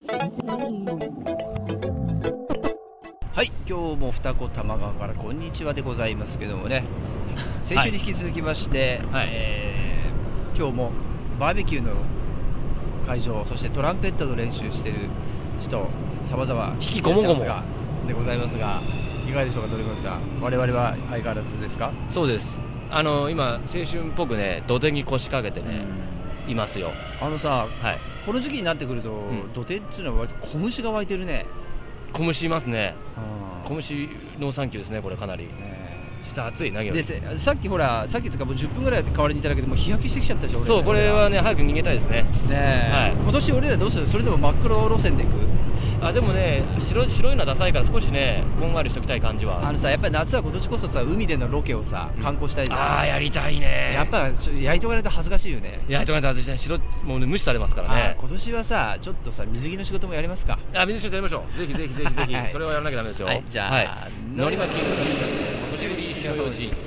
はい、今日も二子玉川からこんにちはでございますけどもね、先週に引き続きまして、はい、今日もバーベキューの会場、そしてトランペットの練習している人さまざま引きこもごもでございますが、いかがでしょうか、のりまきさん。我々は相変わらずですか？ そうです。今青春っぽくね、土手に腰掛けてね、いますよ。 さ、はい、この時期になってくると、土手っていうのは割と小虫が湧いてるね。 小虫いますね。小虫ノーサンキューですね、これかなり。実は暑いな。 でさっきとかもう10分ぐらい代わりにいただけでもう日焼けしてきちゃったでしょ。 そう、これはね、早く逃げたいですね。 はい、今年俺らどうする？それでも真っ黒路線で行く？ でもね、白いのはダサいから少しね、こんがりしときたい感じは。 やっぱり夏は今年こそさ、海でのロケをさ、観光したいじゃん。 やりたいね。 やっぱ焼いとかないと恥ずかしいよね。 焼いとかないと恥ずかしい。もうね、無視されますからね。 今年はさ、ちょっとさ、水着の仕事もやりますか？ 水着の仕事やりましょう。ぜひぜひぜひぜひそれはやらなきゃダメですよ。 じゃあ、 のりまきお兄ちゃん星降り白表示。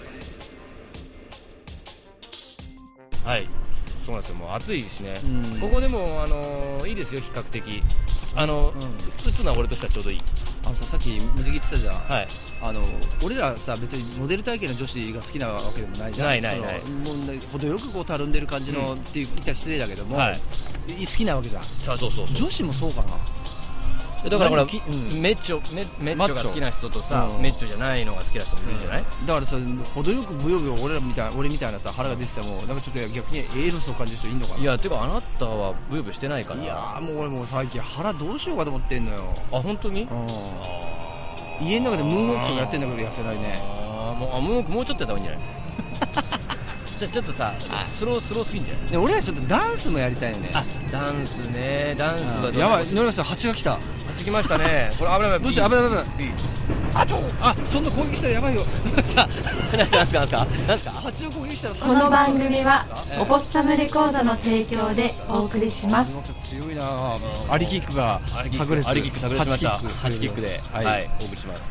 はい、そうなんですよ。もう暑いしね、ここでもいいですよ、比較的。打つのは俺としてはちょうどいい。 さっき水着言ってたじゃん。 はい。 俺らさ、別にモデル体型の女子が好きなわけでもないじゃん。 ない。もう程よくこうたるんでる感じのって言ったら失礼だけども、好きなわけじゃん。 そう。 女子もそうかな。 だからほら、メッチョが好きな人とさ、メッチョじゃないのが好きな人もいるんじゃない？ だからさ、程よくブヨブヨ俺みたいなさ、腹が出ててもなんかちょっと逆にエロスを感じる人いんのかな。 いや、てかあなたはブヨブヨしてないから。 いやもう俺もう最近腹どうしようかと思ってんのよ。 本当に？ 家の中でムーンウォークとかやってんだけど痩せないね。 ムーンウォークもうちょっとやった方がいいんじゃない？じゃあちょっとさ、スローすぎんじゃない？ 俺らちょっとダンスもやりたいよね。 ダンスね。ダンスはやばい、のりまさん、蜂が来た。 蜂来ましたね。これ危ない。 どうした？危ない。そんな攻撃したらやばいよ。 なんすか蜂を攻撃したら。 この番組はオポッサムレコードの提供でお送りします。 強いな。アリキックが炸裂。 アリキック炸裂しました。8キックでお送りします。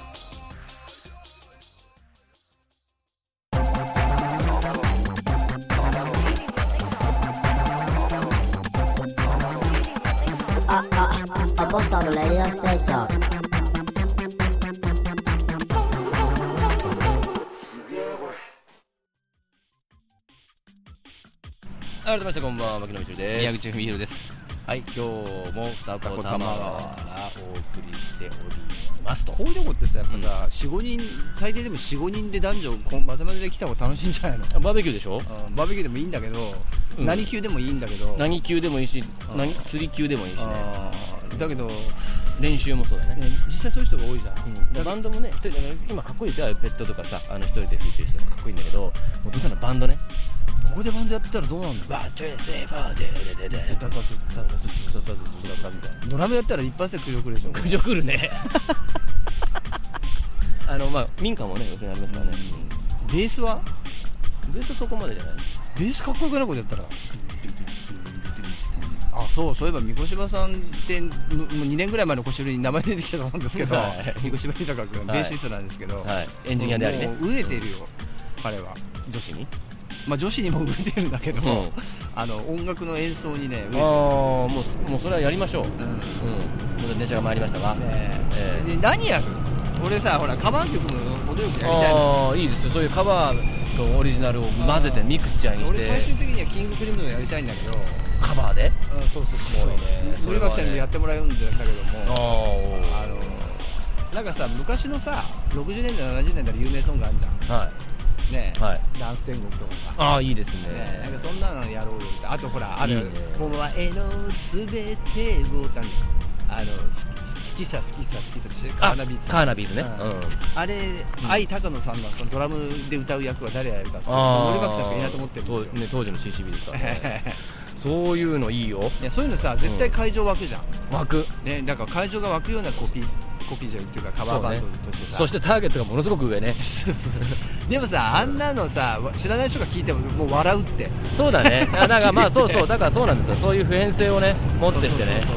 オポッサムレディオステーション。 改めましてこんばんは、牧野みちるです。 宮口文弘です。 はい、今日も二子玉川からお送りしておりますと。 こういうとこってさ、やっぱさ、4-5人、最低でも 4-5 人で男女まぜまぜで来た方が楽しいんじゃないの？ バーベキューでしょ？ バーベキューでもいいんだけど、何級でもいいんだけど、 何級でもいいし、釣り級でもいいしね。 だけど練習もそうだね。 実際そういう人が多いじゃん。 バンドもね、今かっこいいですよ。ペットとかさ、一人で弾いてる人がかっこいいんだけど、もうどうしたのバンドね。 ここでバンドやってたらどうなんだろう。ドラムやったら一発で苦情来るでしょ。 苦情来るね。民家もね、よくなりますからね。 ベースはそこまでじゃない。 ベースかっこよくないことやったら。そういえば三越柴さんってもう2年ぐらい前の腰振りに名前出てきたと思うんですけど、三越柴豊君ベーシストなんですけど、 エンジニアでありね。 飢えてるよ彼は。 女子に女子にも飢えてるんだけど、音楽の演奏にね、 もうそれはやりましょう。電車が参りましたが、 何やる？俺さ、ほらカバー曲も程よくやりたいの。 いいですよ。そういうカバーとオリジナルを混ぜてミクスチャーにして。 俺最終的にはキングクリムゾンやりたいんだけど。 カバーで？ そうのりまきさんにやってもらうんだけども、なんかさ、昔のさ60年代70年代の有名ソングあるじゃん。ね、ダンス天国とかさ。 いいですね。 なんかそんなのやろうよって。あとほら、あるお前のすべてを好きさカーナビーズね。 あれ、愛高野さんがそのドラムで歌う役は誰やるかって、のりまきさんしかいないと思ってるんですよ。 当時の CCB ですからね。そういうのいいよ。 そういうのさ、絶対会場湧くじゃん。 湧くね。だから会場が湧くようなコピーじゃんっていうか、カバーバンドとしてさ。 そしてターゲットがものすごく上ね。 でもさ、あんなのさ、知らない人が聞いてももう笑うって。 そうだね。だからそうだからそうなんですよ。そういう普遍性をね持ってしてね。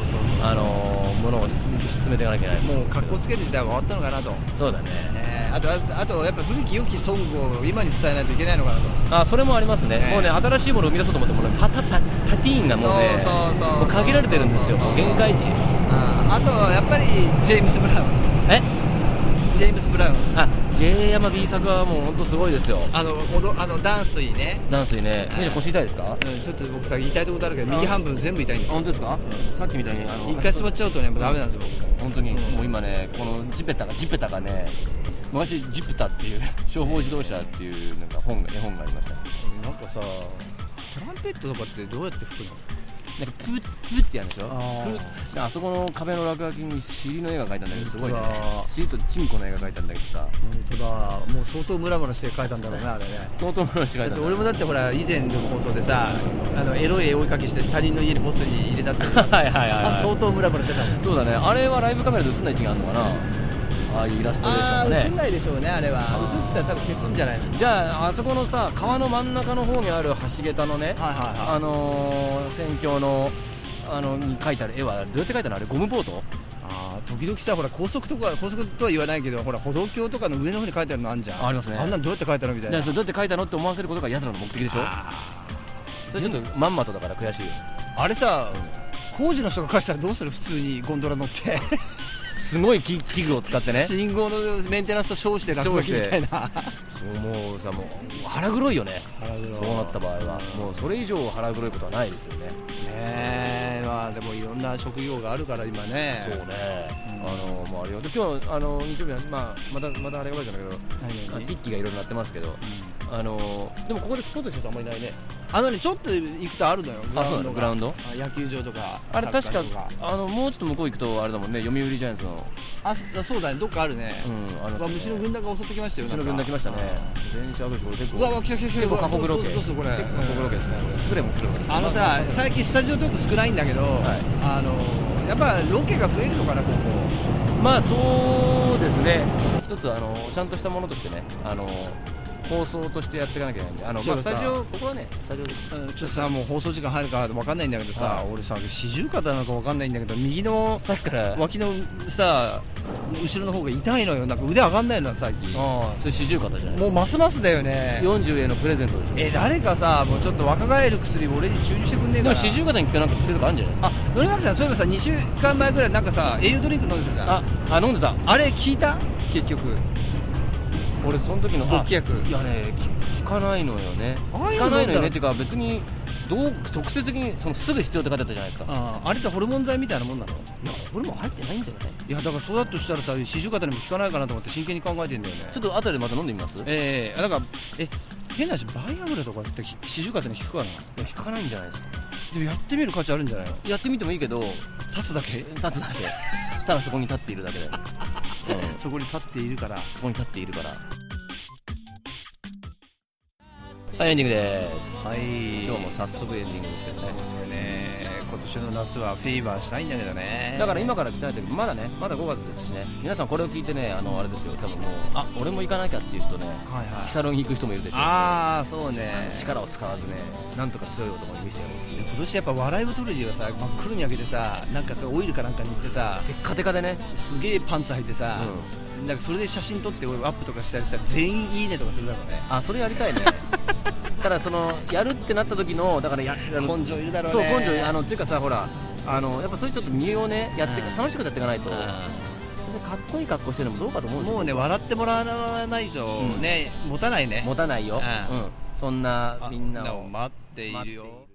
ものを進めていかなきゃいけない。 もう格好つける時代は終わったのかなと。 そうだね。 あとやっぱ古き良きソングを今に伝えないといけないのかなと。 それもありますね。もうね、新しいものを生み出そうと思ってもパティーンがもうね、もう限られてるんですよ。限界値。 あとやっぱりジェームス・ブラウン。ジェームス・ブラウン。 J 山 B 作はもう本当すごいですよ。 ダンスといいね。 ダンスといいね。姉ちゃん腰痛いですか？ ちょっと僕さ言いたいところあるけど右半分全部痛いんですよ。 本当ですか？さっきみたいに一回座っちゃうとねもうダメなんですよ僕。 本当にもう今ねこのジペタがね、昔ジプタっていう消防自動車っていうなんか絵本がありました。 なんかさトランペットとかってどうやって吹くの？ なんかプーってやるんでしょ。あそこの壁の落書きに尻の絵が描いたんだけどすごいね。尻とチンコの絵が描いたんだけどさ。 本当だ。もう相当ムラムラして描いたんだろうねあれね。 相当ムラムラして描いたんだ。 俺もだってほら以前の放送でさエロい絵追いかけして他人の家にポストに入れたって相当ムラムラしてたもん。 そうだね。あれはライブカメラで映んない位置があるのかな。ああいうイラストレーションがね。 映んないでしょうねあれは。映ってたら多分消すんじゃないですか。 じゃああそこのさ川の真ん中の方にある橋桁のね、戦況のに描いてある絵はどうやって描いたの？あれゴムボート？ 時々さほら高速とは言わないけどほら歩道橋とかの上の方に書いてあるのあんじゃん。 ありますね。 あんなんどうやって書いたのみたいな。 どうやって書いたのって思わせることが奴らの目的でしょ。それちょっとまんまとだから悔しいよ。 あれさ工事の人が書いてたらどうする？普通にゴンドラ乗ってすごい器具を使ってね信号のメンテナンスと称して落書きみたいな。 そうもうさもう腹黒いよね。そうなった場合はもうそれ以上腹黒いことはないですよね。 まあでもいろんな職業があるから今ね。 そうね。もうあれよ。で今日日曜日はまたあれが悪いんだけどピッキーがいろいろなってますけど、でもここでスポーツしてる人あんまりいないね。 ちょっと行くとあるのよ。 グラウンド野球場とかあれ確かもうちょっと向こう行くとあれだもんね。読売ジャイアンツのそうだねどっかあるね。虫の軍団が襲ってきましたよ。 虫の軍団来ましたね。電車あるしこれ結構うわ来た結構過酷ロケ。 どうするこれ。 過酷ロケですね。スプレーも来るから。 さ最近スタジオトーク少ないんだけどやっぱロケが増えるのかなここ。 まあそうですね。一つちゃんとしたものとしてね放送としてやっていかなきゃいけないんでスタジオここはねスタジオでちょっとさもう放送時間入るか分かんないんだけどさ俺さ四十肩なのか分かんないんだけど右のさっきから脇のさ後ろの方が痛いのよ。なんか腕上がんないの最近。 それ四十肩じゃない。 もうますますだよね。 40へのプレゼントでしょ。 誰かさもうちょっと若返る薬を俺に注入してくんねえかな。 四十肩に効くなんか薬とかあるんじゃないですか。 野上さんそういえばさ2週間前ぐらいなんかさ栄養ドリンク飲んでたじゃん。 飲んでた。あれ効いた結局。 俺その時の勃起薬いやね効かないのよね。効かないのよねっていうか別に直接的にすぐ必要って書いてあったじゃないですか。 あれってホルモン剤みたいなもんなの？いやホルモン入ってないんじゃない？ いやだからそうだとしたらさ四十肩にも効かないかなと思って真剣に考えてんだよね。 ちょっと後でまた飲んでみます？ なんか変な話バイアグラとかって四十肩に効くかな？いや効かないんじゃないですか。 でもやってみる価値あるんじゃないの？ やってみてもいいけど立つだけただそこに立っているだけでそこに立っているからはいエンディングです。 はい今日も早速エンディングですけどね。 今年の夏はフィーバーしたいんだけどね。 だから今から鍛えてるまだ5月ですしね。皆さんこれを聞いてねあれですよ多分もう俺も行かなきゃっていう人ねヒサロに行く人もいるでしょうし。 そうね力を使わずねなんとか強い男に見せてやろう。 今年やっぱ笑いを取るにはさ真っ黒に焼けてさなんかオイルかなんか塗ってさテッカテカでねすげえパンツ履いてさなんかそれで写真撮って俺アップとかしたりしたら全員いいねとかするだろうね。 それやりたいねただやるってなった時のだから根性いるだろうね。 そう根性っていうかさほらやっぱそういう人と身をねやって楽しくやっていかないとかっこいい格好してるのもどうかと思うんですよ。 もうね笑ってもらわないとね持たないね。 持たないよ。そんなみんなを待っているよ。